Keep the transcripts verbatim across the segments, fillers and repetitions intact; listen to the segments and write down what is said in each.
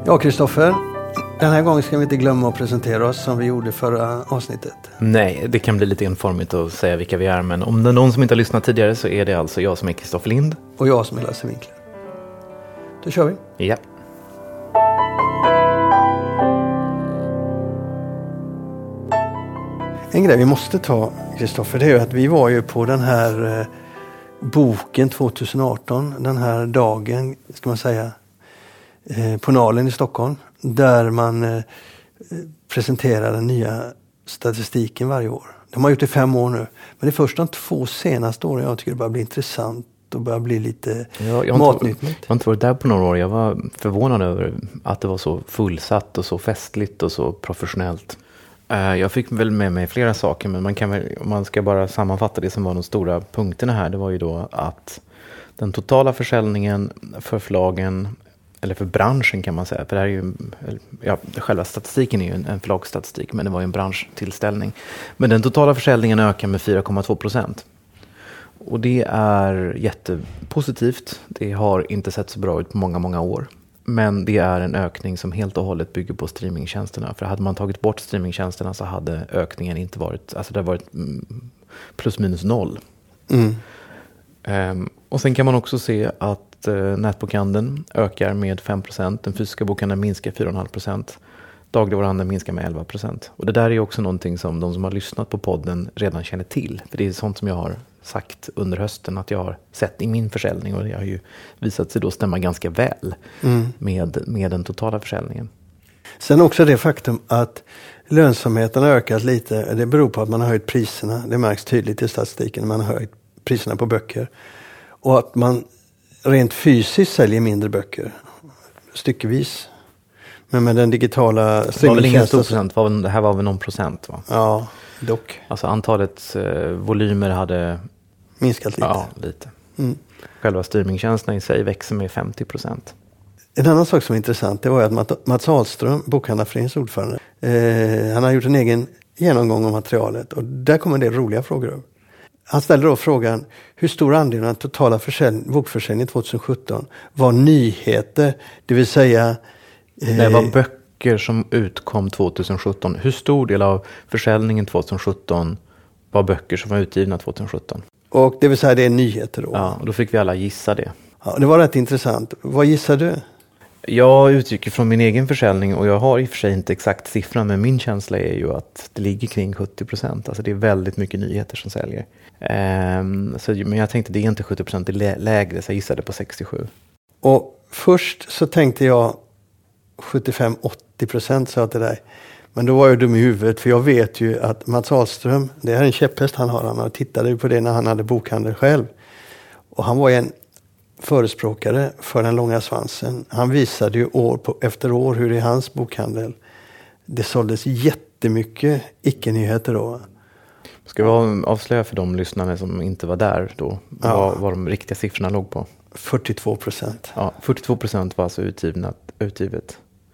Ja, Kristoffer. Den här gången ska vi inte glömma att presentera oss som vi gjorde förra avsnittet. Nej, det kan bli lite enformigt att säga vilka vi är. Men om det är någon som inte har lyssnat tidigare så är det alltså jag som är Kristoffer Lind. Och jag som är Lasse Winkler. Då kör vi. Ja. En grej vi måste ta, Kristoffer, det är ju att vi var ju på den här eh, boken tjugoarton. Den här dagen, ska man säga, eh, på Nalen i Stockholm. Där man eh, presenterar den nya statistiken varje år. De har gjort det i fem år nu. Men det är först de två senaste åren jag tycker det börjar bli intressant och börjar bli lite ja, jag matnyttigt. Jag har inte varit där på några år. Jag var förvånad över att det var så fullsatt och så festligt och så professionellt. Jag fick väl med mig flera saker, men man kan väl, om man ska bara sammanfatta det som var de stora punkterna här, det var ju då att den totala försäljningen för förlagen, eller för branschen kan man säga, för det här är ju, ja, själva statistiken är ju en, en förlagsstatistik, men det var ju en branschtillställning. Men den totala försäljningen ökar med fyra komma två procent. Och det är jättepositivt. Det har inte sett så bra ut på många, många år. Men det är en ökning som helt och hållet bygger på streamingtjänsterna. För hade man tagit bort streamingtjänsterna så hade ökningen inte varit, alltså det har varit plus minus noll. Mm. Um, och sen kan man också se att uh, nätbokhandeln ökar med fem procent. Den fysiska bokhandeln minskar fyra komma fem procent. Dagligvaruhandeln minskar med elva procent. Och det där är också någonting som de som har lyssnat på podden redan känner till. För det är sånt som jag har sagt under hösten att jag har sett i min försäljning. Och det har ju visat sig då stämma ganska väl mm. med, med den totala försäljningen. Sen också det faktum att lönsamheten har ökat lite. Det beror på att man har höjt priserna. Det märks tydligt i statistiken när man har höjt priserna på böcker. Och att man rent fysiskt säljer mindre böcker. Styckevis. Men med den digitala streamingtjänsten... Det var väl ingen stor procent, det här var väl någon procent va? Ja, dock. Alltså antalet eh, volymer hade... Minskat lite. Ja, lite. Mm. Själva streamingtjänsterna i sig växer med femtio procent. En annan sak som är intressant, det var att Mats Ahlström, Bokhandlarföreningens ordförande, eh, han har gjort en egen genomgång av materialet. Och där kommer en del roliga frågor upp. Han ställde då frågan, hur stor andel av den totala försäljning, bokförsäljningen tjugosjutton var nyheter, det vill säga... Det var böcker som utkom tjugosjutton. Hur stor del av försäljningen tjugosjutton var böcker som var utgivna tjugosjutton? Och det vill säga det är nyheter då? Ja, och då fick vi alla gissa det. Ja, det var rätt intressant. Vad gissar du? Jag utgick från min egen försäljning och jag har i och för sig inte exakt siffran, men min känsla är ju att det ligger kring sjuttio procent. Alltså det är väldigt mycket nyheter som säljer. Ehm, så, men jag tänkte det är inte sjuttio procent, det är lä- lägre, så jag gissade på sextiosju. Och först så tänkte jag sjuttiofem till åttio procent sa till dig. Men då var jag dum i huvudet, för jag vet ju att Mats Ahlström, det är en käpphäst han har, han tittade ju på det när han hade bokhandel själv. Och han var en förespråkare för den långa svansen. Han visade ju år på, efter år hur i hans bokhandel det såldes jättemycket icke-nyheter då. Ska vi avslöja för de lyssnare som inte var där då, ja. vad, vad de riktiga siffrorna låg på? fyrtiotvå procent. Ja, fyrtiotvå procent var alltså utgivna, utgivet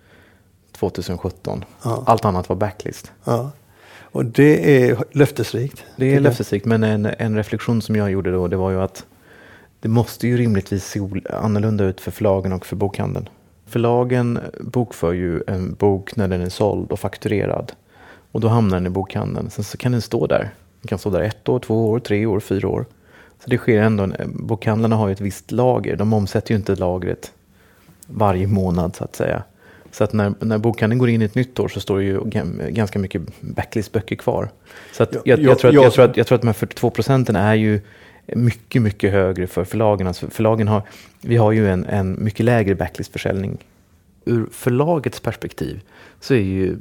tjugosjutton. Ja. Allt annat var backlist. Ja. Och det är löftesrikt. Det är löftesrikt, men en, en reflektion som jag gjorde då, det var ju att det måste ju rimligtvis se annorlunda ut för förlagen och för bokhandeln. Förlagen bokför ju en bok när den är såld och fakturerad. Och då hamnar den i bokhandeln. Sen så kan den stå där. Den kan stå där ett år, två år, tre år, fyra år. Så det sker ändå. Bokhandlarna har ju ett visst lager. De omsätter ju inte lagret varje månad så att säga. Så att när, när bokhandeln går in i ett nytt år så står det ju ganska mycket backlistböcker kvar. Så att jag, jag, tror att, jag, tror att, jag tror att de här fyrtiotvå procenten är ju mycket, mycket högre för förlagen. Alltså förlagen har, vi har ju en, en mycket lägre backlistförsäljning. Ur förlagets perspektiv så är ju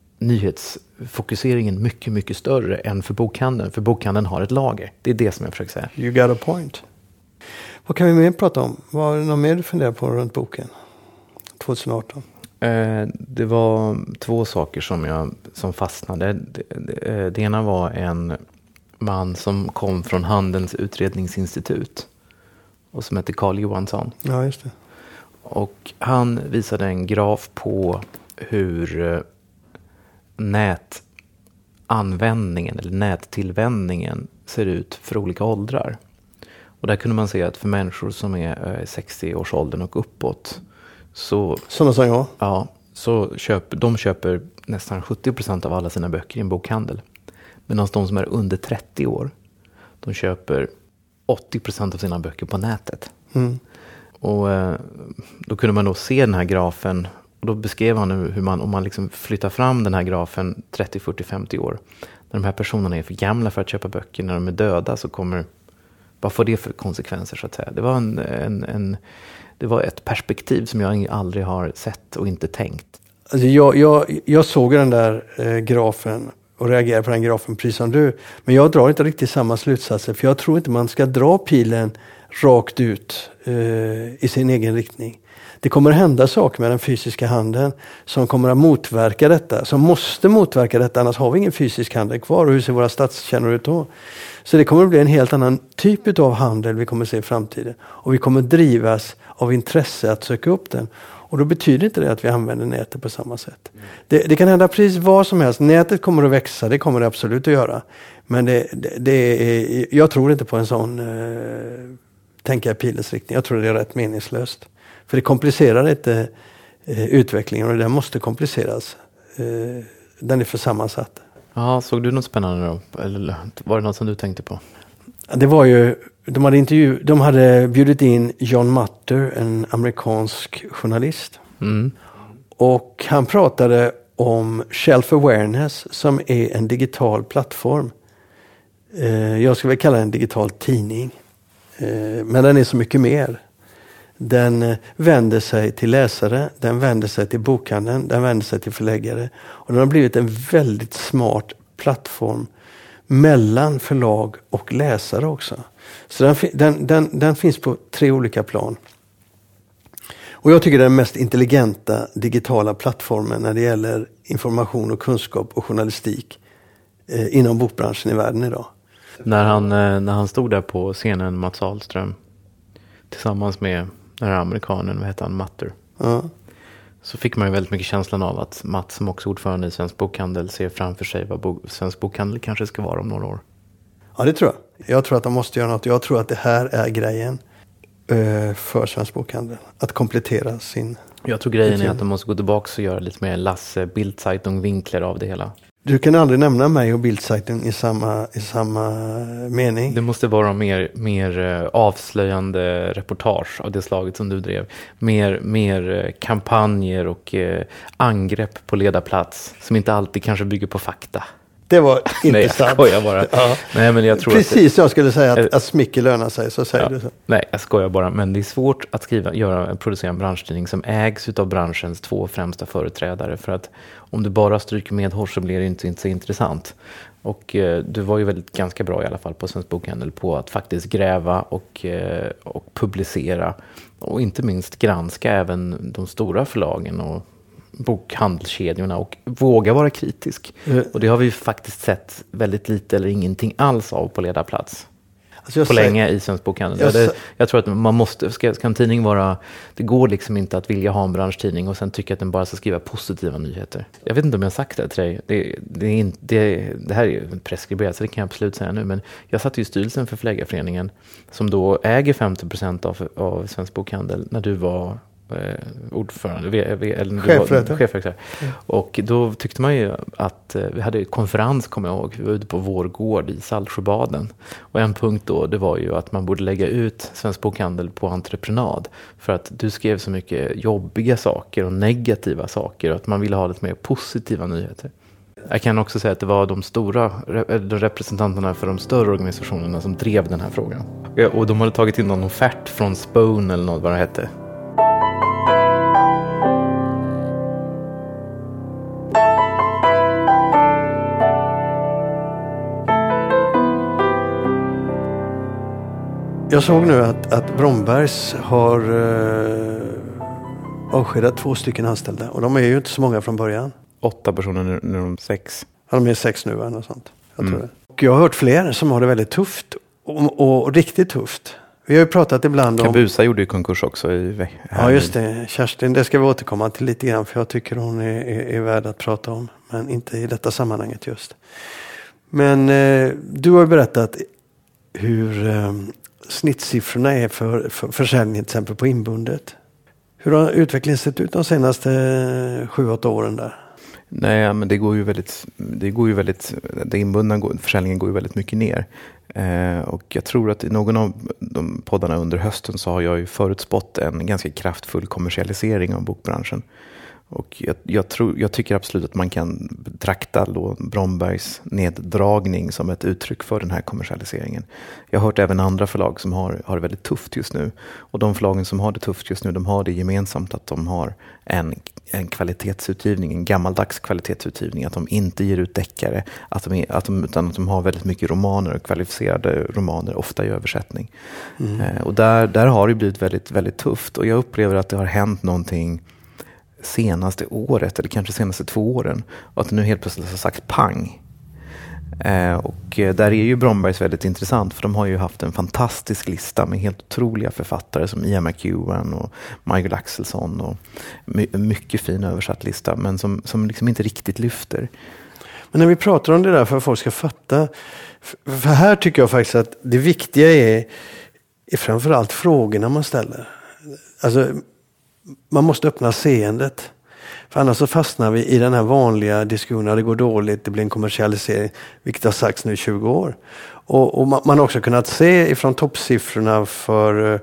nyhetsfokuseringen mycket, mycket större än för bokhandeln. För bokhandeln har ett lager. Det är det som jag försöker säga. You got a point. Vad kan vi mer prata om? Vad är det något mer du funderar på runt boken tjugoarton? Eh, det var två saker som, jag, som fastnade. Det, det, det ena var en man som kom från Handelns utredningsinstitut och som heter Carl Johansson. Ja, just det. Och han visade en graf på hur nätanvändningen eller nättillvändningen ser ut för olika åldrar. Och där kunde man se att för människor som är sextio-årsåldern och uppåt Så, Sådana som jag? Ja, så köper, de köper nästan sjuttio procent av alla sina böcker i en bokhandel. Medan de som är under trettio år, de köper åttio procent av sina böcker på nätet. Mm. Och eh, då kunde man då se den här grafen, och då beskrev han hur man, om man liksom flyttar fram den här grafen trettio, fyrtio, femtio år, när de här personerna är för gamla för att köpa böcker, när de är döda, så kommer, vad får det för konsekvenser så att säga? Det var, en, en, en, det var ett perspektiv som jag aldrig har sett och inte tänkt. Alltså jag, jag, jag såg den där eh, grafen och reagerade på den grafen precis som du. Men jag drar inte riktigt samma slutsatser, för jag tror inte man ska dra pilen rakt ut eh, i sin egen riktning. Det kommer att hända saker med den fysiska handeln som kommer att motverka detta, som måste motverka detta, annars har vi ingen fysisk handel kvar. Och hur ser våra stadskärnor ut då? Så det kommer att bli en helt annan typ av handel vi kommer att se i framtiden. Och vi kommer att drivas av intresse att söka upp den. Och då betyder inte det att vi använder nätet på samma sätt. Det, det kan hända precis vad som helst. Nätet kommer att växa, det kommer det absolut att göra. Men det, det, det är, jag tror inte på en sån eh, tänka i pilens riktning. Jag tror det är rätt meningslöst. För det komplicerar inte eh, utvecklingen, och den måste kompliceras. Eh, den är för sammansatt. Ja, såg du något spännande då? Eller var det något som du tänkte på? Det var ju, de hade, intervju, de hade bjudit in John Mutter, en amerikansk journalist. Mm. Och han pratade om Shelf Awareness, som är en digital plattform. Eh, jag skulle väl kalla den en digital tidning. Eh, men den är så mycket mer. Den vänder sig till läsare, den vänder sig till bokhandeln, den vänder sig till förläggare. Och den har blivit en väldigt smart plattform mellan förlag och läsare också. Så den, den, den, den finns på tre olika plan. Och jag tycker det är den mest intelligenta digitala plattformen när det gäller information och kunskap och journalistik eh, inom bokbranschen i världen idag. När han, när han stod där på scenen, Mats Ahlström, tillsammans med den här amerikanen, vad heter han, Mutter. Ja. Så fick man ju väldigt mycket känslan av att Mats, som också ordförande i Svensk Bokhandel, ser framför sig vad bo- Svensk Bokhandel kanske ska vara om några år. Ja, det tror jag. Jag tror att de måste göra något. Jag tror att det här är grejen eh, för Svensk Bokhandel. Att komplettera sin... Jag tror grejen är att de måste gå tillbaka och göra lite mer Lasse Bildzeitung-vinklar av det hela. Du kan aldrig nämna mig och Bildzeitung i samma, i samma mening. Det måste vara mer, mer avslöjande reportage av det slaget som du drev. Mer, mer kampanjer och eh, angrepp på ledarplats som inte alltid kanske bygger på fakta. Det var inte Nej, sant. jag skojar bara. Ja. Nej, men jag tror Precis att det, jag skulle säga att, att smicker lönar sig, så säger ja. du så. Nej, jag skojar bara. Men det är svårt att skriva, göra, producera en branschtidning som ägs av branschens två främsta företrädare. För att om du bara stryker med hår så blir det inte, inte så intressant. Och eh, du var ju väldigt ganska bra i alla fall på Svensk Bokhandel på att faktiskt gräva och, eh, och publicera. Och inte minst granska även de stora förlagen och bokhandelskedjorna och våga vara kritisk. Mm. Och det har vi ju faktiskt sett väldigt lite eller ingenting alls av på ledarplats. Alltså på säger, länge i Svensk Bokhandel. Jag, det, jag tror att man måste, ska, ska en tidning vara, det går liksom inte att vilja ha en branschtidning och sen tycka att den bara ska skriva positiva nyheter. Jag vet inte om jag har sagt det till dig. Det, det, är inte, det, det här är ju preskriberat så det kan jag absolut säga nu. Men jag satt ju i styrelsen för Förläggarföreningen som då äger femtio procent av, av Svensk Bokhandel när du var Eh, ordförande v, v, eller chefredaktör. chefredaktör. Mm. Och då tyckte man ju att eh, vi hade konferens, kommer jag ihåg, vi var ute på vår gård i Saltsjöbaden. Och en punkt då, det var ju att man borde lägga ut Svensk Bokhandel på entreprenad för att du skrev så mycket jobbiga saker och negativa saker och att man ville ha lite mer positiva nyheter. Jag kan också säga att det var de stora de representanterna för de större organisationerna som drev den här frågan. Och de hade tagit in någon offert från Spone eller något vad det hette. Jag såg nu att, att Brombergs har eh, avskedat två stycken anställda. Och de är ju inte så många från början. Åtta personer, nu, nu är de sex. Ja, de är sex nu eller något sånt. Jag, mm. tror det. Och jag har hört fler som har det väldigt tufft. Och, och, och riktigt tufft. Vi har ju pratat ibland om... Kabusa gjorde ju konkurs också. I, ja, just det. Kerstin, det ska vi återkomma till lite grann. För jag tycker hon är, är, är värd att prata om. Men inte i detta sammanhanget just. Men eh, du har ju berättat hur... Eh, snittsiffrorna är för, för försäljning till exempel på inbundet. Hur har utvecklingen sett ut de senaste sju, åtta åren där? Nej, men det går ju väldigt, det går ju väldigt, det inbundna försäljningen går ju väldigt mycket ner. Eh, och jag tror att i någon av de poddarna under hösten så har jag ju förutspått en ganska kraftfull kommersialisering av bokbranschen. Och jag, jag, tror, jag tycker absolut att man kan betrakta då Brombergs neddragning som ett uttryck för den här kommersialiseringen. Jag har hört även andra förlag som har, har det väldigt tufft just nu. Och de förlagen som har det tufft just nu, de har det gemensamt att de har en, en kvalitetsutgivning, en gammaldags kvalitetsutgivning. Att de inte ger ut deckare, att de, att de, utan att de har väldigt mycket romaner och kvalificerade romaner, ofta i översättning. Mm. Eh, och där, där har det blivit väldigt, väldigt tufft. Och jag upplever att det har hänt någonting senaste året eller kanske senaste två åren och att det nu helt plötsligt har sagt pang. Eh, och där är ju Brombergs väldigt intressant för de har ju haft en fantastisk lista med helt otroliga författare som Ian McEwan och Michael Axelsson och my- mycket fin översatt lista men som, som liksom inte riktigt lyfter. Men när vi pratar om det där för att folk ska fatta, för här tycker jag faktiskt att det viktiga är, är framförallt frågorna man ställer. Alltså man måste öppna seendet. För annars så fastnar vi i den här vanliga diskussionen. Det går dåligt, det blir en kommersialisering. Vilket har sagts nu i tjugo år. Och, och man, man har också kunnat se ifrån toppsiffrorna för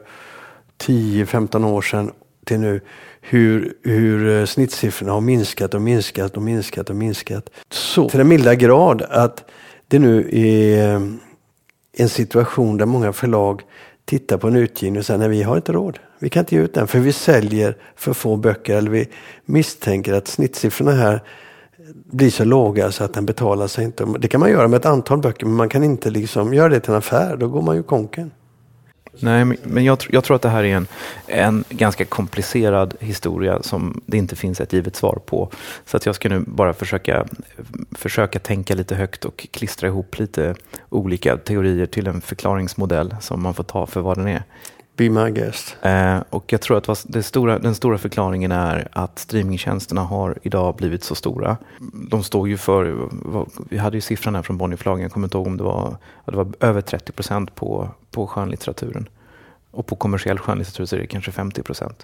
tio femton år sedan till nu. Hur, hur snittsiffrorna har minskat och minskat och minskat och minskat. Så till den milda grad att det nu är en situation där många förlag tittar på en utgivning och säger nej, vi har inte råd. Vi kan inte ge ut den för vi säljer för få böcker eller vi misstänker att snittsiffrorna här blir så låga så att den betalar sig inte. Det kan man göra med ett antal böcker men man kan inte liksom göra det till en affär. Då går man ju konken. Nej, men jag, jag tror att det här är en, en ganska komplicerad historia som det inte finns ett givet svar på. Så att jag ska nu bara försöka, försöka tänka lite högt och klistra ihop lite olika teorier till en förklaringsmodell som man får ta för vad den är. Be my guest. Eh, och jag tror att det stora, den stora förklaringen är att streamingtjänsterna har idag blivit så stora. De står ju för, vi hade ju siffran här från Bonnierförlagen, jag kommer inte ihåg om det var, det var över trettio procent på, på skönlitteraturen. Och på kommersiell skönlitteratur så är det kanske femtio procent.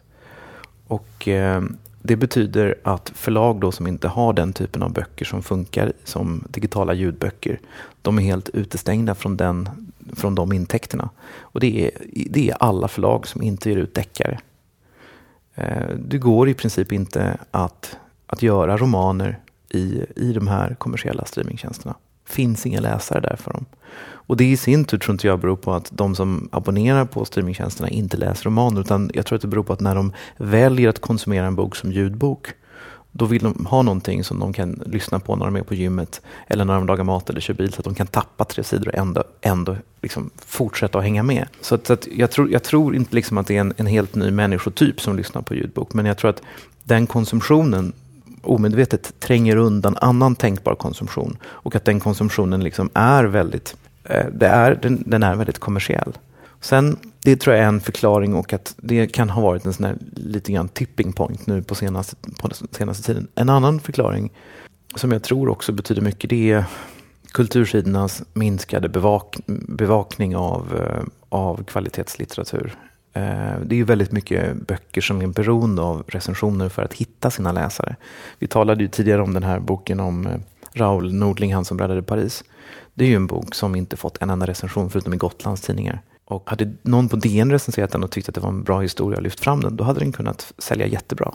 Och eh, det betyder att förlag då som inte har den typen av böcker som funkar som digitala ljudböcker, de är helt utestängda från, den, från de intäkterna. Och det är, det är alla förlag som inte ger ut deckare. Eh, det går i princip inte att, att göra romaner i, i de här kommersiella streamingtjänsterna. Finns inga läsare där för dem. Och det i sin tur tror inte jag beror på att de som abonnerar på streamingtjänsterna inte läser romaner, utan jag tror att det beror på att när de väljer att konsumera en bok som ljudbok, då vill de ha någonting som de kan lyssna på när de är på gymmet eller när de lagar mat eller kör bil, så att de kan tappa tre sidor och ändå, ändå liksom fortsätta att hänga med. Så att, så att jag, tror, jag tror inte liksom att det är en, en helt ny människotyp som lyssnar på ljudbok, men jag tror att den konsumtionen omedvetet tränger undan annan tänkbar konsumtion och att den konsumtionen liksom är väldigt eh, det är, den, den är väldigt kommersiell. Sen, det tror jag är en förklaring och att det kan ha varit en sån här lite grann tipping point nu på senaste, på senaste tiden. En annan förklaring som jag tror också betyder mycket, det är kultursidornas minskade bevak, bevakning av, av kvalitetslitteratur. Det är ju väldigt mycket böcker som är beroende av recensioner för att hitta sina läsare. Vi talade ju tidigare om den här boken om Raoul Nordling, han som räddade Paris. Det är ju en bok som inte fått en enda recension förutom i Gotlands tidningar. Och hade någon på D N recenserat den och tyckt att det var en bra historia och lyft fram den, då hade den kunnat sälja jättebra.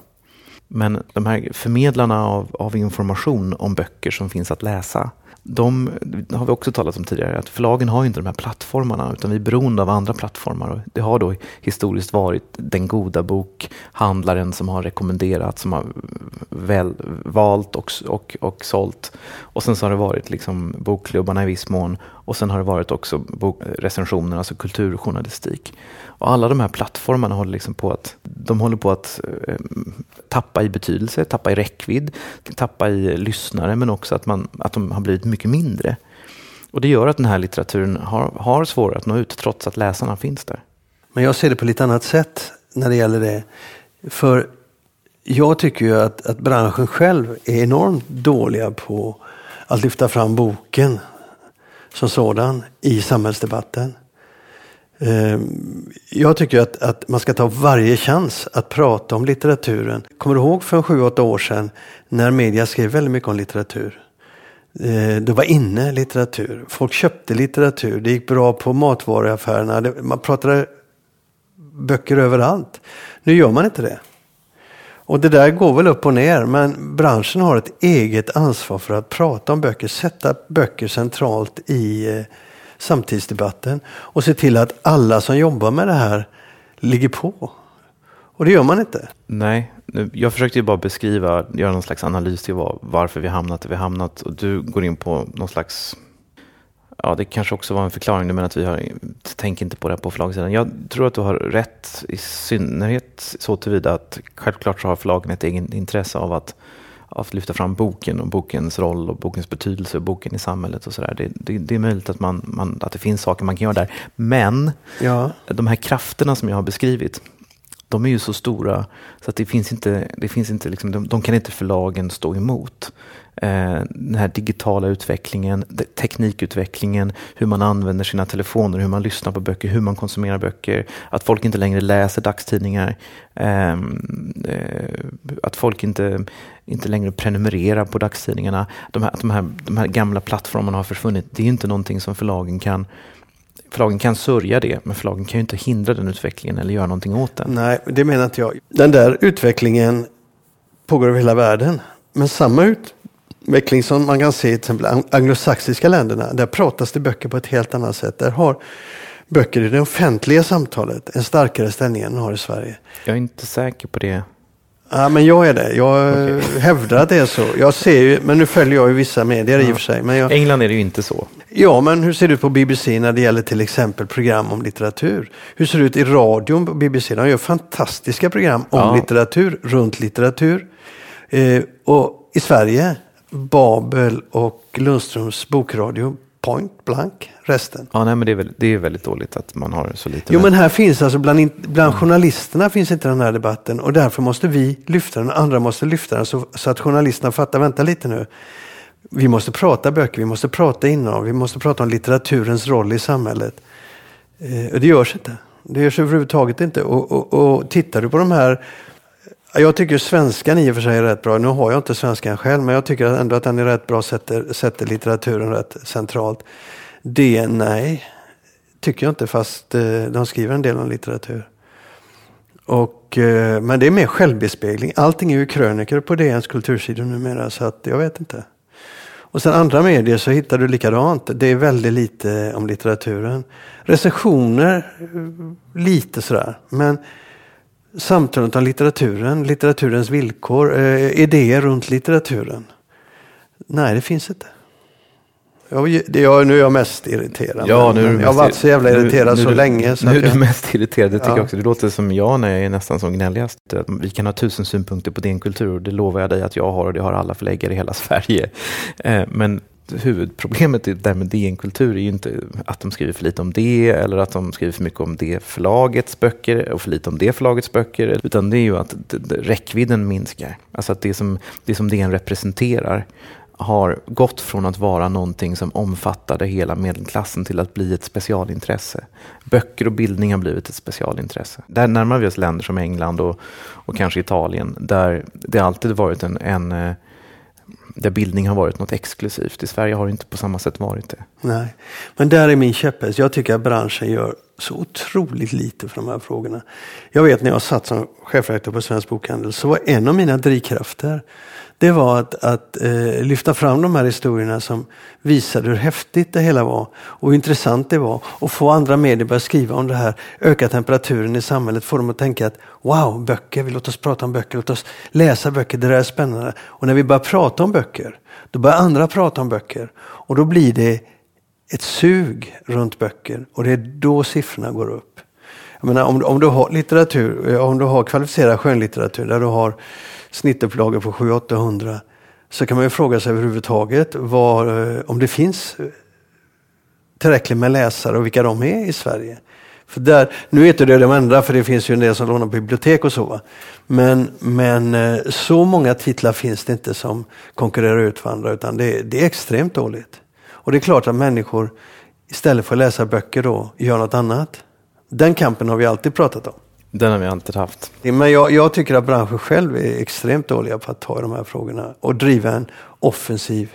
Men de här förmedlarna av, av information om böcker som finns att läsa, de har vi också talat om tidigare, att förlagen har inte de här plattformarna utan vi är beroende av andra plattformar. Och det har då historiskt varit den goda bokhandlaren som har rekommenderat, som har väl, valt och, och, och sålt. Och sen så har det varit liksom bokklubbarna i viss mån och sen har det varit också bok, recensioner, alltså kulturjournalistik. Och alla de här plattformarna håller liksom på att de håller på att eh, tappa i betydelse, tappa i räckvidd, tappa i lyssnare, men också att, man, att de har blivit mycket mindre. Och det gör att den här litteraturen har, har svårare att nå ut trots att läsarna finns där. Men jag ser det på lite annat sätt när det gäller det. För jag tycker ju att, att branschen själv är enormt dåliga på att lyfta fram boken som sådan i samhällsdebatten. Jag tycker att, att man ska ta varje chans att prata om litteraturen. Kommer du ihåg för en sju, åtta år sedan när media skrev väldigt mycket om litteratur? Det var inne litteratur. Folk köpte litteratur. Det gick bra på matvaruaffärerna. Man pratade böcker överallt. Nu gör man inte det. Och det där går väl upp och ner, men branschen har ett eget ansvar för att prata om böcker, sätta böcker centralt i eh, samtidsdebatten och se till att alla som jobbar med det här ligger på. Och det gör man inte. Nej, jag försökte ju bara beskriva, göra någon slags analys till var, varför vi hamnat där vi hamnat, och du går in på någon slags... Ja, det kanske också var en förklaring, men att vi har, tänker inte på det på förlagssidan. Jag tror att du har rätt, i synnerhet så tillvida att självklart så har förlagen ett eget intresse av att, att lyfta fram boken och bokens roll och bokens betydelse och boken i samhället och sådär. Det, det, det är möjligt att, man, man, att det finns saker man kan göra där. Men ja. De här krafterna som jag har beskrivit, de är ju så stora så att det finns inte, det finns inte liksom, de, de kan inte förlagen stå emot. Eh, den här digitala utvecklingen, teknikutvecklingen, hur man använder sina telefoner, hur man lyssnar på böcker, hur man konsumerar böcker, att folk inte längre läser dagstidningar, eh, eh, att folk inte, inte längre prenumererar på dagstidningarna. De här, de här, de här gamla plattformarna har försvunnit. Det är inte någonting som förlagen kan Förlagen kan sörja det, men förlagen kan ju inte hindra den utvecklingen eller göra någonting åt den. Nej, det menar inte jag. Den där utvecklingen pågår över hela världen. Men samma utveckling som man kan se i till exempel anglosaxiska länderna, där pratas det böcker på ett helt annat sätt. Där har böcker i det offentliga samtalet en starkare ställning än den har i Sverige. Jag är inte säker på det. Ja, men jag är det. Jag okay. hävdar att det är så. Jag ser ju, men nu följer jag ju vissa medier ja. i och för sig. Men jag, England är det ju inte så. Ja, men hur ser det ut på B B C när det gäller till exempel program om litteratur? Hur ser det ut i radion på B B C? De gör fantastiska program om ja. litteratur, runt litteratur. Eh, och i Sverige, Babel och Lundströms bokradio, point blank, resten. Ja, nej, men det är, väl, det är väldigt dåligt att man har så lite. Jo, men här finns alltså, bland, bland journalisterna finns inte den här debatten, och därför måste vi lyfta den, och andra måste lyfta den, så, så att journalisterna fattar, vänta lite nu. Vi måste prata böcker, vi måste prata innehåll, vi måste prata om litteraturens roll i samhället. Eh, och det görs inte. Det görs överhuvudtaget inte. Och, och, och tittar du på de här... Jag tycker svenskan i och för sig är rätt bra. Nu har jag inte svenskan själv, men jag tycker ändå att den är rätt bra, sätter, sätter litteraturen rätt centralt. Det, nej, tycker jag inte, fast eh, de skriver en del om litteratur. Och, eh, men det är mer självbespegling. Allting är ju kröniker på D N:s kultursidor numera, så att jag vet inte. Och sen andra medier så hittar du likadant. Det är väldigt lite om litteraturen. Recensioner, lite sådär. Men samtalet om litteraturen, litteraturens villkor, eh, idéer runt litteraturen. Nej, det finns inte. Jag, det, jag, nu är jag mest irriterad. Ja, nu men, men jag har varit så jävla irriterad nu, så nu, länge. Så nu är jag, du mest irriterad, det tycker ja. jag också. Det låter som jag när jag är nästan som gnälligast. Vi kan ha tusen synpunkter på din kultur, och det lovar jag dig att jag har, och det har alla förläggare i hela Sverige. Eh, men huvudproblemet där med D N-kultur är ju inte att de skriver för lite om det, eller att de skriver för mycket om det förlagets böcker och för lite om det förlagets böcker, utan det är ju att räckvidden minskar. Alltså att det som, det som D N representerar har gått från att vara någonting som omfattade hela medelklassen till att bli ett specialintresse. Böcker och bildning har blivit ett specialintresse. Där närmar vi oss länder som England och, och kanske Italien, där det alltid varit en, en där bildning har varit något exklusivt. I Sverige har det inte på samma sätt varit det. Nej, men där är min käpphäst. Jag tycker att branschen gör så otroligt lite för de här frågorna. Jag vet när jag satt som chefredaktör på Svensk Bokhandel, så var en av mina drivkrafter, det var att, att eh, lyfta fram de här historierna som visade hur häftigt det hela var och hur intressant det var, och få andra medier börja skriva om det här, öka temperaturen i samhället, få dem att tänka att wow, böcker, vi låt oss prata om böcker, låt oss läsa böcker, det där är spännande. Och när vi börjar prata om böcker, då börjar andra prata om böcker, och då blir det ett sug runt böcker, och det är då siffrorna går upp. Jag menar, om, om du har litteratur, om du har kvalificerad skönlitteratur där du har snittupplagor på sju åtta hundra, så kan man ju fråga sig överhuvudtaget var, om det finns tillräckligt med läsare och vilka de är i Sverige. För där, nu är inte det de enda, för det finns ju en del som lånar på bibliotek och så, va? Men, men så många titlar finns det inte som konkurrerar ut varandra, utan det, det är extremt dåligt. Och det är klart att människor istället för att läsa böcker då gör något annat. Den kampen har vi alltid pratat om. Den har vi alltid haft. Men jag, jag tycker att branschen själv är extremt dåliga på att ta i de här frågorna och driva en offensiv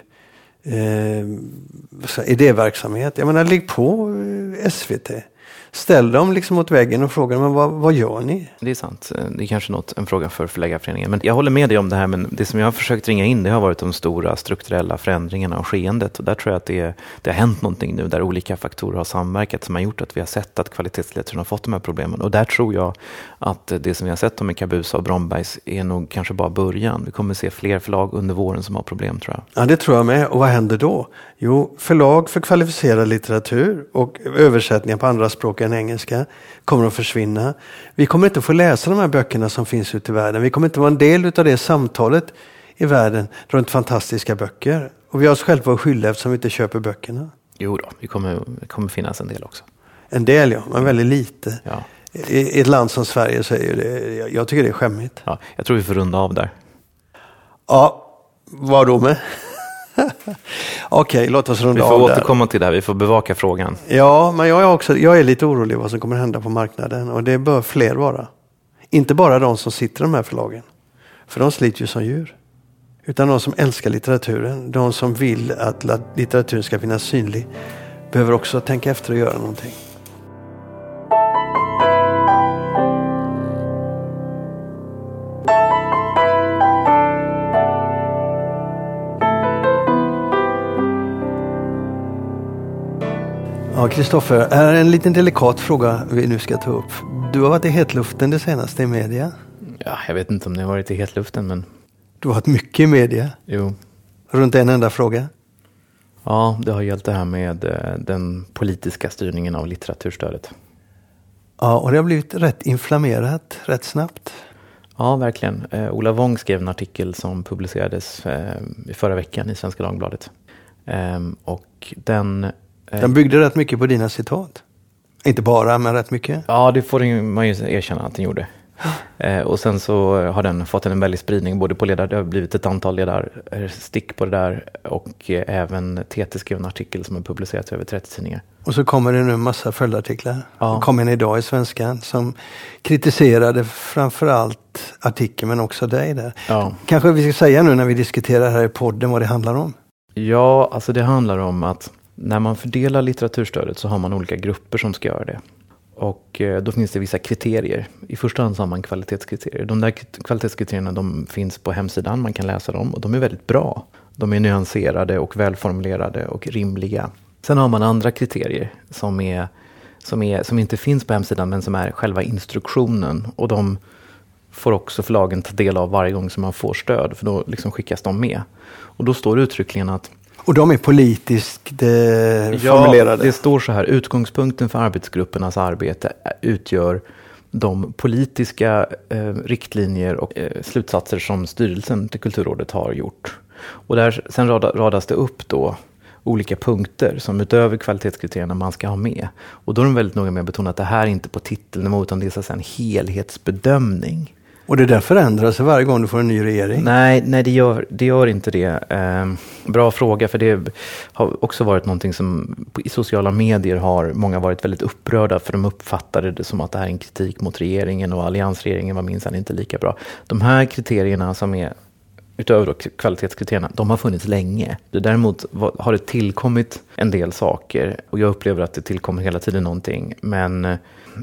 eh, idéverksamhet. Jag menar, ligg på eh, S V T. Ställ dem liksom mot väggen och fråga, men vad, vad gör ni? Det är sant. Det är kanske något, en fråga för förläggarföreningen. Men jag håller med dig om det här, men det som jag har försökt ringa in, det har varit de stora strukturella förändringarna och skeendet. Och där tror jag att det, det har hänt någonting nu där olika faktorer har samverkat som har gjort att vi har sett att kvalitetslitteraturn har fått de här problemen. Och där tror jag att det som vi har sett om i Kabusa och Brombergs är nog kanske bara början. Vi kommer se fler förlag under våren som har problem, tror jag. Ja, det tror jag med. Och vad händer då? Jo, förlag för kvalificerad litteratur och översättningar på andra språk än engelska kommer att försvinna. Vi kommer inte att få läsa de här böckerna som finns ute i världen. Vi kommer inte vara en del av det samtalet i världen runt fantastiska böcker. Och vi har oss själva att skylla eftersom vi inte köper böckerna. Jo då, det kommer, det kommer finnas en del också. En del, ja, men väldigt lite. Ja. I, I ett land som Sverige så är det, jag, jag tycker det är skämmigt. Ja, jag tror vi får runda av där. Ja, vad då med? Okej, låt oss runda av där. Vi får återkomma till det här, vi får bevaka frågan. Ja, men jag är, också, jag är lite orolig vad som kommer hända på marknaden. Och det bör fler vara. Inte bara de som sitter i de här förlagen. För de sliter ju som djur. Utan de som älskar litteraturen. De som vill att litteraturen ska finnas synlig. Behöver också tänka efter och göra någonting. Ja, Kristoffer, är en liten delikat fråga vi nu ska ta upp. Du har varit i hetluften det senaste i media. Ja, jag vet inte om det har varit i hetluften, men... Du har varit mycket i media. Jo. Runt en enda fråga. Ja, det har gällt det här med den politiska styrningen av litteraturstödet. Ja, och det har blivit rätt inflammerat, rätt snabbt. Ja, verkligen. Eh, Ola Wong skrev en artikel som publicerades eh, i förra veckan i Svenska Dagbladet. Eh, och den... Den byggde rätt mycket på dina citat. Inte bara, men rätt mycket. Ja, det får man ju erkänna att den gjorde. eh, och sen så har den fått en väldig spridning både på ledare, det har blivit ett antal ledarstick på det där. Och eh, även T T skrev en artikel som har publicerats i över trettio tidningar. Och så kommer det nu en massa följartiklar. Ja. Det kom en idag i Svenskan som kritiserade framförallt artikeln men också dig där. Ja. Kanske vi ska säga nu när vi diskuterar här i podden vad det handlar om. Ja, alltså det handlar om att när man fördelar litteraturstödet så har man olika grupper som ska göra det. Och eh, då finns det vissa kriterier. I första hand så har man kvalitetskriterier. De där kvalitetskriterierna de finns på hemsidan, man kan läsa dem och de är väldigt bra. De är nyanserade och välformulerade och rimliga. Sen har man andra kriterier som, är, som, är, som inte finns på hemsidan men som är själva instruktionen. Och de får också förlagen ta del av varje gång som man får stöd, för då liksom skickas de med. Och då står det uttryckligen att... Och de är politiskt eh, formulerade? Ja, det står så här. Utgångspunkten för arbetsgruppernas arbete utgör de politiska eh, riktlinjer och eh, slutsatser som styrelsen till Kulturrådet har gjort. Och där, sen radas det upp då olika punkter som utöver kvalitetskriterierna man ska ha med. Och då är de väldigt noga med att betona att det här är inte på titelnivå utan det är så en helhetsbedömning. Och det där förändras varje gång du får en ny regering? Nej, nej det, gör, det gör inte det. Eh, bra fråga, för det har också varit någonting som i sociala medier har många varit väldigt upprörda, för de uppfattade det som att det här är en kritik mot regeringen och alliansregeringen var minsann inte lika bra. De här kriterierna som är utöver kvalitetskriterierna, de har funnits länge. Däremot har det tillkommit en del saker och jag upplever att det tillkommer hela tiden någonting, men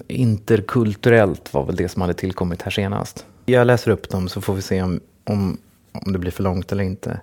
interkulturellt var väl det som hade tillkommit här senast. Jag läser upp dem så får vi se om, om, om det blir för långt eller inte.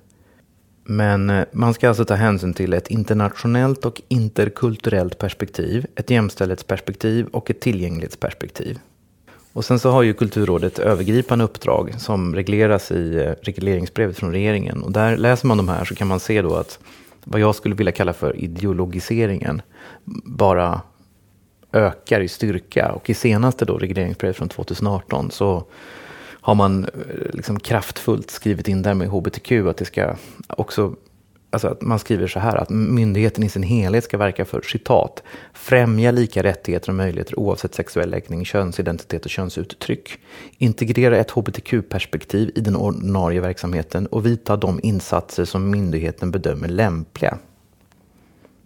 Men man ska alltså ta hänsyn till ett internationellt och interkulturellt perspektiv, ett jämställdhetsperspektiv och ett tillgänglighetsperspektiv. Och sen så har ju Kulturrådet övergripande uppdrag som regleras i regleringsbrevet från regeringen. Och där läser man de här så kan man se då att vad jag skulle vilja kalla för ideologiseringen bara ökar i styrka. Och i senaste då regleringsbrevet från tjugoarton så har man liksom kraftfullt skrivit in där med H B T Q att det ska också, alltså att man skriver så här att myndigheten i sin helhet ska verka för, citat, främja lika rättigheter och möjligheter oavsett sexuell läggning, könsidentitet och könsuttryck. Integrera ett H B T Q-perspektiv i den ordinarie verksamheten och vidta de insatser som myndigheten bedömer lämpliga.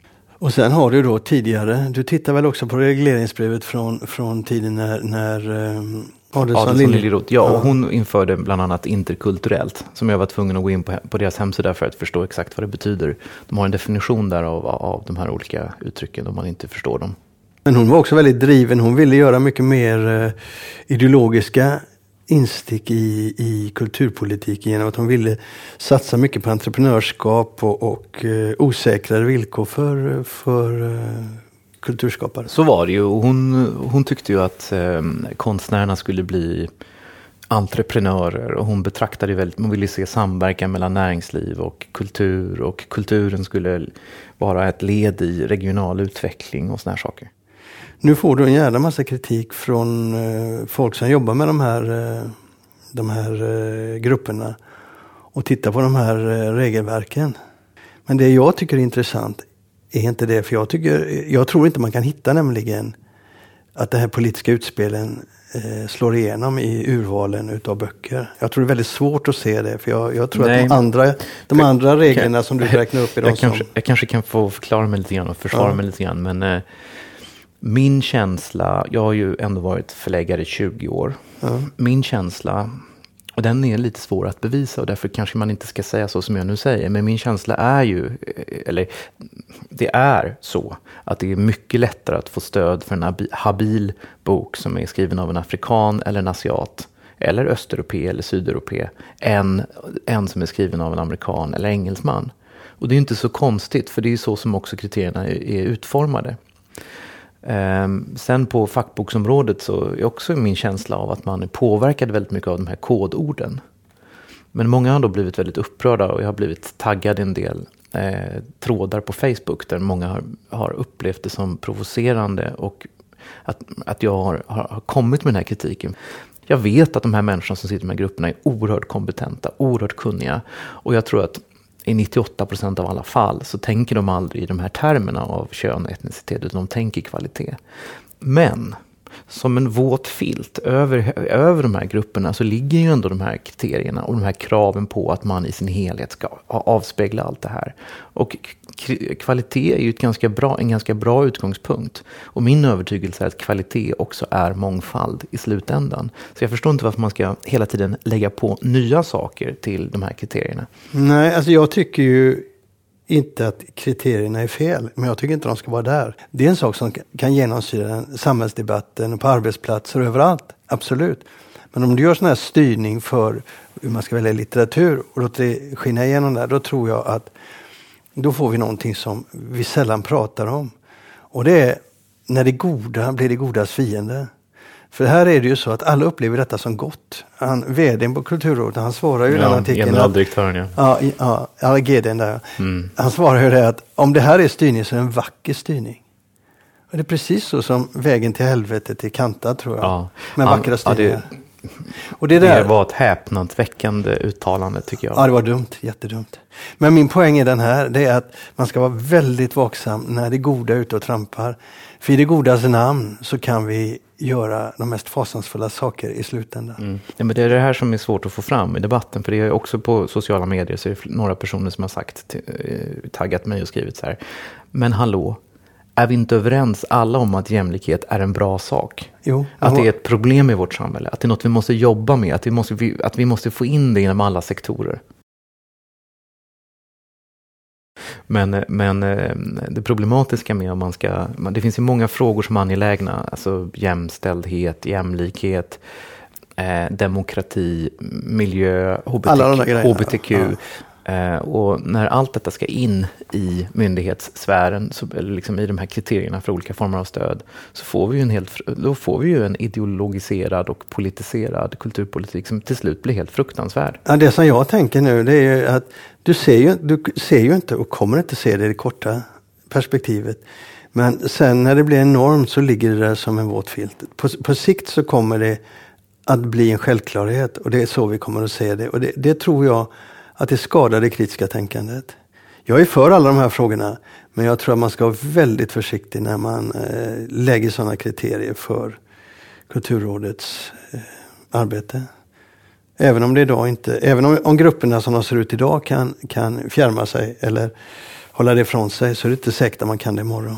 Och sen har du då tidigare, du tittar väl också på regleringsbrevet från, från tiden när, när um, Adelsson Liljeroth. Ja, och hon införde bland annat interkulturellt, som jag var tvungen att gå in på, på deras hemsida för att förstå exakt vad det betyder. De har en definition där av, av de här olika uttrycken om man inte förstår dem. Men hon var också väldigt driven. Hon ville göra mycket mer uh, ideologiska instick i, i kulturpolitiken genom att hon ville satsa mycket på entreprenörskap och, och uh, osäkrare villkor för, för uh, kulturskapare. Så var det ju. Hon, hon tyckte ju att eh, konstnärerna skulle bli entreprenörer, och hon betraktade ju väldigt, hon ville se samverkan mellan näringsliv och kultur, och kulturen skulle vara ett led i regional utveckling och såna här saker. Nu får du en jävla massa kritik från eh, folk som jobbar med de här, eh, de här eh, grupperna och tittar på de här eh, regelverken. Men det jag tycker är intressant är inte det, för jag, tycker, jag tror inte man kan hitta nämligen att det här politiska utspelen eh, slår igenom i urvalen utav böcker. Jag tror det är väldigt svårt att se det, för jag, jag tror Nej. att de andra, de för, andra reglerna kan, som du räknar upp är de jag som... Kanske, jag kanske kan få förklara mig lite grann och försvara ja. mig lite grann, men eh, min känsla, jag har ju ändå varit förläggare i tjugo år. Ja. Min känsla, och den är lite svår att bevisa, och därför kanske man inte ska säga så som jag nu säger, men min känsla är ju, eller det är så, att det är mycket lättare att få stöd för en habil bok som är skriven av en afrikan eller en asiat, eller östeuropé eller sydeuropé, än en som är skriven av en amerikan eller engelsman. Och det är inte så konstigt, för det är så som också kriterierna är utformade. Um, sen på fackboksområdet så är också min känsla av att man är påverkad väldigt mycket av de här kodorden. Men många har då blivit väldigt upprörda, och jag har blivit taggad i en del eh, trådar på Facebook där många har, har upplevt det som provocerande, och att, att jag har, har, har kommit med den här kritiken. Jag vet att de här människorna som sitter i de här grupperna är oerhört kompetenta, oerhört kunniga, och jag tror att i nittioåtta procent av alla fall så tänker de aldrig i de här termerna av kön och etnicitet, utan de tänker kvalitet. Men som en våt filt över, över de här grupperna så ligger ju ändå de här kriterierna och de här kraven på att man i sin helhet ska avspegla allt det här. Och kvalitet är ju ett ganska bra, en ganska bra utgångspunkt. Och min övertygelse är att kvalitet också är mångfald i slutändan. Så jag förstår inte varför man ska hela tiden lägga på nya saker till de här kriterierna. Nej, alltså jag tycker ju inte att kriterierna är fel, men jag tycker inte de ska vara där. Det är en sak som kan genomsyra samhällsdebatten på arbetsplatser och överallt, absolut. Men om du gör sån här styrning för hur man ska välja litteratur och låter det skina igenom där, då tror jag att då får vi någonting som vi sällan pratar om. Och det är när det goda blir det godas fiende. För här är det ju så att alla upplever detta som gott. Han, vdn på Kulturrådet, han svarar ju i ja, den artikeln. Generaldirektören, ja. Ja, ja, ja G D där. Mm. Han svarar ju det att om det här är styrning så är det en vacker styrning. Och det är precis så som vägen till helvetet är kantad, tror jag. Ja. Med Han, vackra styrningar. Ja, det, och det, det där, var ett häpnadsväckande uttalande, tycker jag. Ja, det var dumt. Jättedumt. Men min poäng är den här. Det är att man ska vara väldigt vaksam när det goda är ute och trampar. För i det godas namn så kan vi göra de mest fasansfulla saker i slutändan. Mm. Ja, men det är det här som är svårt att få fram i debatten. För det är också på sociala medier så är det några personer som har sagt, till, eh, taggat mig och skrivit så här. Men hallå, är vi inte överens alla om att jämlikhet är en bra sak? Jo, att det är ett problem i vårt samhälle. Att det är något vi måste jobba med. Att vi måste, att vi måste få in det inom alla sektorer. Men, men det problematiska med om man ska... Det finns ju många frågor som är angelägna. Alltså jämställdhet, jämlikhet, eh, demokrati, miljö, H B T Q. H B T Q. Ja. Eh, och när allt detta ska in i myndighetssfären, så, eller liksom i de här kriterierna för olika former av stöd, så får vi ju en helt, då får vi ju en ideologiserad och politiserad kulturpolitik som till slut blir helt fruktansvärd. Ja, det som jag tänker nu, det är ju att du ser ju, du ser ju inte och kommer inte se det i det korta perspektivet. Men sen när det blir en norm så ligger det där som en våt filt. På, på sikt så kommer det att bli en självklarhet, och det är så vi kommer att se det. Och det, det tror jag att det skadar det kritiska tänkandet. Jag är för alla de här frågorna, men jag tror att man ska vara väldigt försiktig när man eh, lägger sådana kriterier för Kulturrådets eh, arbete. Även om det idag inte, även om, om grupperna som de ser ut idag kan, kan fjärma sig eller hålla det ifrån sig, så är det inte säkert att man kan det imorgon.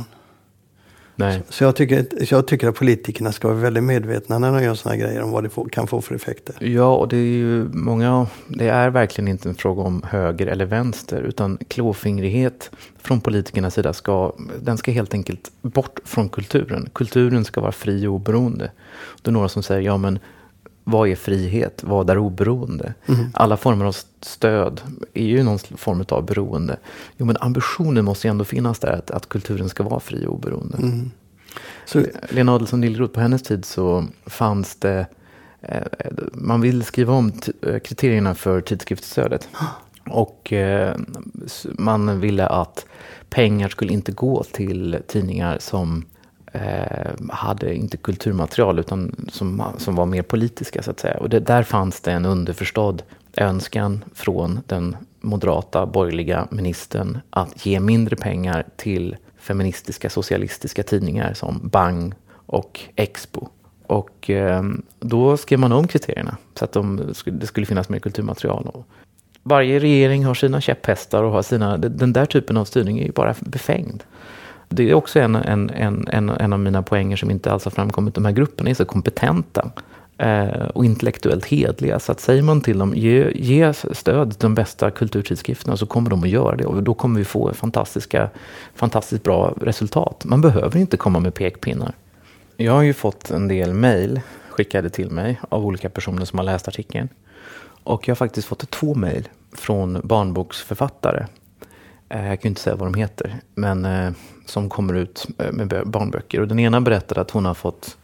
Nej. Så, så jag, tycker, jag tycker att politikerna ska vara väldigt medvetna när de gör såna här grejer om vad det får, kan få för effekter. Ja, och det är ju många, det är verkligen inte en fråga om höger eller vänster, utan klåfingrighet från politikernas sida ska, den ska helt enkelt bort från kulturen. Kulturen ska vara fri och oberoende. Det är några som säger, ja men vad är frihet? Vad är oberoende? Mm. Alla former av stöd är ju någon form av beroende. Jo, men ambitionen måste ju ändå finnas där att, att kulturen ska vara fri och oberoende. Mm. Så Lena Adelsohn Liljeroth, på hennes tid så fanns det, eh, man vill skriva om t- kriterierna för tidskriftsstödet. Och eh, man ville att pengar skulle inte gå till tidningar som eh, hade inte kulturmaterial utan som, som var mer politiska så att säga. Och det, där fanns det en underförstådd önskan från den moderata borgerliga ministern att ge mindre pengar till feministiska socialistiska tidningar som Bang och Expo. Och eh, då skrev man om kriterierna så att de, det skulle finnas mer kulturmaterial. Och varje regering har sina käpphästar och har sina, den där typen av styrning är ju bara befängd. Det är också en, en, en, en, en av mina poänger som inte alls har framkommit. De här grupperna är så kompetenta eh, och intellektuellt hedliga. Så att säger man till dem, ge, ge stöd till de bästa kulturtidskrifterna så kommer de att göra det. Och då kommer vi få fantastiska, fantastiskt bra resultat. Man behöver inte komma med pekpinnar. Jag har ju fått en del mejl skickade till mig av olika personer som har läst artikeln. Och jag har faktiskt fått två mejl från barnboksförfattare. Jag kan ju inte säga vad de heter, men eh, som kommer ut med barnböcker. Och den ena berättade att hon har fått,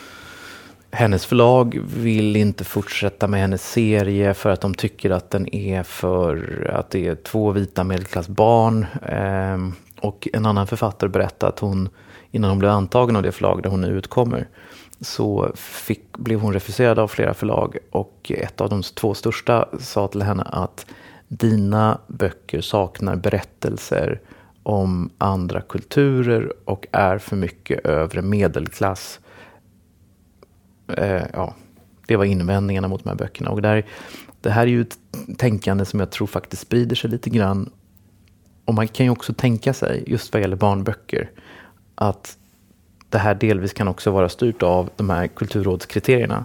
hennes förlag vill inte fortsätta med hennes serie för att de tycker att den är för, att det är två vita medelklassbarn. Eh, och en annan författare berättade att hon, innan hon blev antagen av det förlag där hon nu utkommer, så fick, blev hon refuserad av flera förlag. Och ett av de två största sa till henne att dina böcker saknar berättelser om andra kulturer och är för mycket övre medelklass. Eh, ja, det var invändningarna mot de här böckerna. Och där, det här är ju ett tänkande som jag tror faktiskt sprider sig lite grann. Och man kan ju också tänka sig, just vad gäller barnböcker, att det här delvis kan också vara styrt av de här kulturrådskriterierna.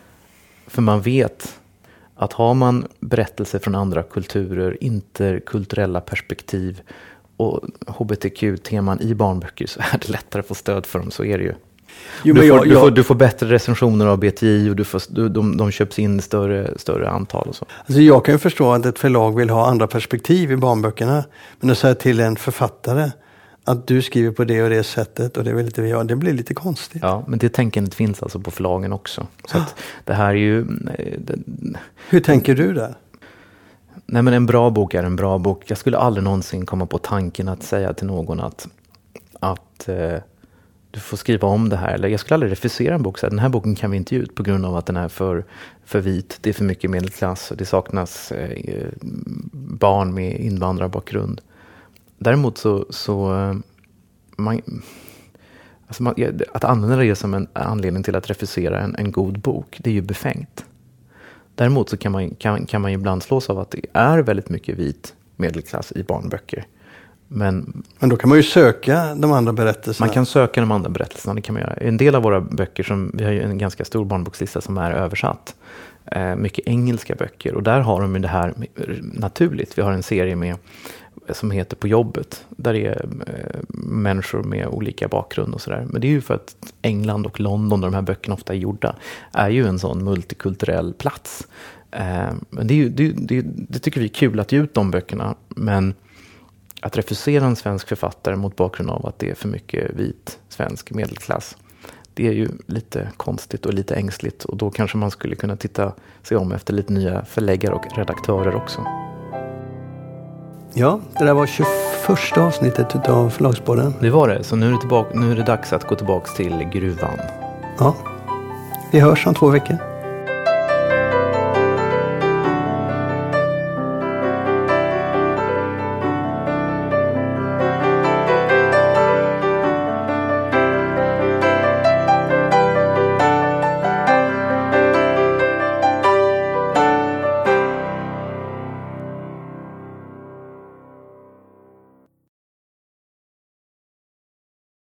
För man vet att har man berättelser från andra kulturer, interkulturella perspektiv och H B T Q-teman i barnböcker så är det lättare att få stöd för dem, så är det ju. Jo, du, får, jag, du, får, du får bättre recensioner av B T I och du får, du, de, de köps in i större, större antal och så. Alltså jag kan ju förstå att ett förlag vill ha andra perspektiv i barnböckerna, men att säga till en författare att du skriver på det och det sättet och det vill inte vi ha, det blir lite konstigt. Ja, men det tänkandet finns alltså på förlagen också. Så att det här är ju... Det, hur tänker du där? Nej, men en bra bok är en bra bok. Jag skulle aldrig någonsin komma på tanken att säga till någon att, att eh, du får skriva om det här. Eller jag skulle aldrig refusera en bok. Så här, den här boken kan vi inte ge ut på grund av att den är för, för vit. Det är för mycket medelklass och det saknas eh, barn med invandrarbakgrund. Däremot så, så man, alltså man, att använda det som en anledning till att refusera en, en god bok, det är ju befängt. Däremot så kan man, kan, kan man ibland slås av att det är väldigt mycket vit medelklass i barnböcker. Men, Men då kan man ju söka de andra berättelserna. Man kan söka de andra berättelserna, det kan man göra. En del av våra böcker, som, vi har ju en ganska stor barnbokslista som är översatt. Eh, mycket engelska böcker och där har de ju det här naturligt. Vi har en serie med som heter På jobbet, där det är eh, människor med olika bakgrund och sådär. Men det är ju för att England och London, där de här böckerna ofta är gjorda, är ju en sån multikulturell plats. Eh, men det, är ju, det, det, det tycker vi är kul att ge ut de böckerna, men att refusera en svensk författare mot bakgrund av att det är för mycket vit svensk medelklass, det är ju lite konstigt och lite ängsligt, och då kanske man skulle kunna titta sig om efter lite nya förläggare och redaktörer också. Ja, det där var tjugoförsta avsnittet av Förlagspodden. Det var det, så nu är det, tillbaka, nu är det dags att gå tillbaka till gruvan. Ja, vi hörs om två veckor.